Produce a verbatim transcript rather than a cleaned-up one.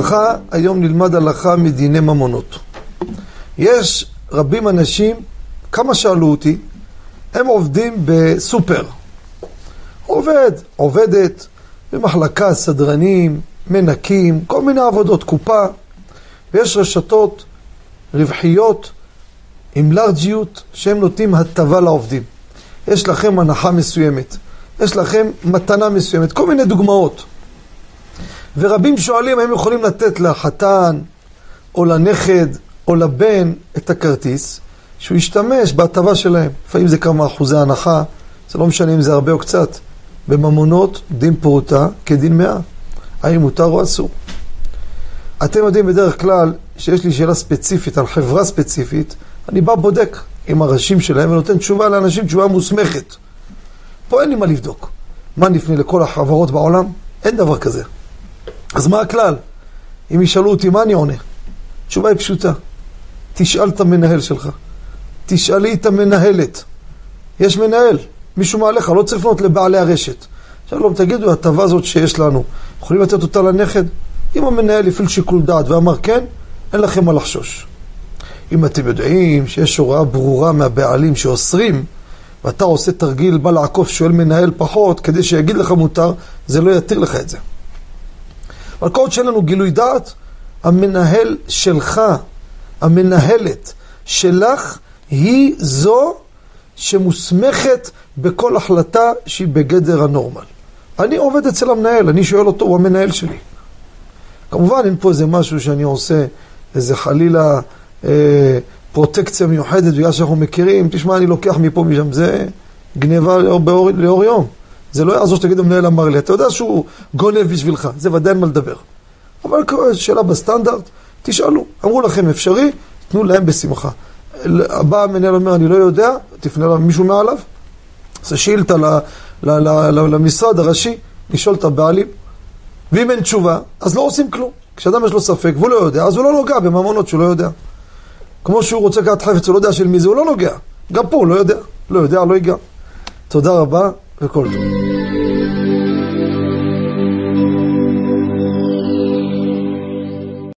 וברכה. היום נלמד הלכה מדיני ממונות. יש רבים אנשים, כמה שאלו אותי, הם עובדים בסופר. עובד, עובדת, במחלקה, סדרנים, מנקים, כל מיני עבודות, קופה. ויש רשתות רווחיות עם לארג'יות שהם נותנים הטבה לעובדים. יש לכם הנחה מסוימת, יש לכם מתנה מסוימת, כל מיני דוגמאות. ורבים שואלים האם יכולים לתת לחתן או לנכד או לבן את הכרטיס שהוא ישתמש בהטבה שלהם. לפעמים זה כמה אחוזי הנחה, זה לא משנה אם זה הרבה או קצת. בממונות דין פרוטה כדין מאה. האם מותר או אסור? אתם יודעים בדרך כלל שיש לי שאלה ספציפית על חברה ספציפית, אני בא בודק עם הראשים שלהם ונותן תשובה לאנשים, תשובה מוסמכת. פה אין לי מה לבדוק. מה נפנה לכל החברות בעולם? אין דבר כזה. אז מה הכלל? אם ישאלו אותי מה אני עונה? תשובה היא פשוטה. תשאל את המנהל שלך. תשאלי את המנהלת. יש מנהל. מישהו מעליך, לא צריך לפנות לבעלי הרשת. שלום, תגידו, הטבה הזאת שיש לנו, יכולים לתת אותה לנכד? אם המנהל יפעיל שיקול דעת ואמר כן, אין לכם מה לחשוש. אם אתם יודעים שיש הוראה ברורה מהבעלים שאוסרים, ואתה עושה תרגיל, בא לעקוף, שואל מנהל פחות, כדי שיגיד לך מותר, זה לא יתיר לך את זה. אבל כל עוד שאין לנו גילוי דעת, המנהל שלך, המנהלת שלך, היא זו שמוסמכת בכל החלטה שהיא בגדר הנורמל. אני עובד אצל המנהל, אני שואל אותו, הוא המנהל שלי. כמובן, אין פה איזה משהו שאני עושה, איזה חלילה אה, פרוטקציה מיוחדת, בגלל שאנחנו מכירים, תשמע, אני לוקח מפה משם, זה גניבה לאור, לאור יום. זה לא יעזור שתגיד, המנהל אמר לי, אתה יודע שהוא גונב בשבילך, זה ודאי אין מה לדבר. אבל שאלה בסטנדרט, תשאלו, אמרו לכם אפשרי, תנו להם בשמחה. הבא המנהל אומר, אני לא יודע, תפנה למישהו מעליו, זה שאילתה ל, ל, ל, ל, למשרד הראשי, לשאול את הבעלים, ואם אין תשובה, אז לא עושים כלום. כשאדם יש לו ספק והוא לא יודע, אז הוא לא נוגע בממונות שהוא לא יודע. כמו שהוא רוצה לקחת חפץ, הוא לא יודע של מי זה, הוא לא נוגע. גם פה הוא לא יודע, לא יודע, לא ייגע. תודה רבה וכל טוב.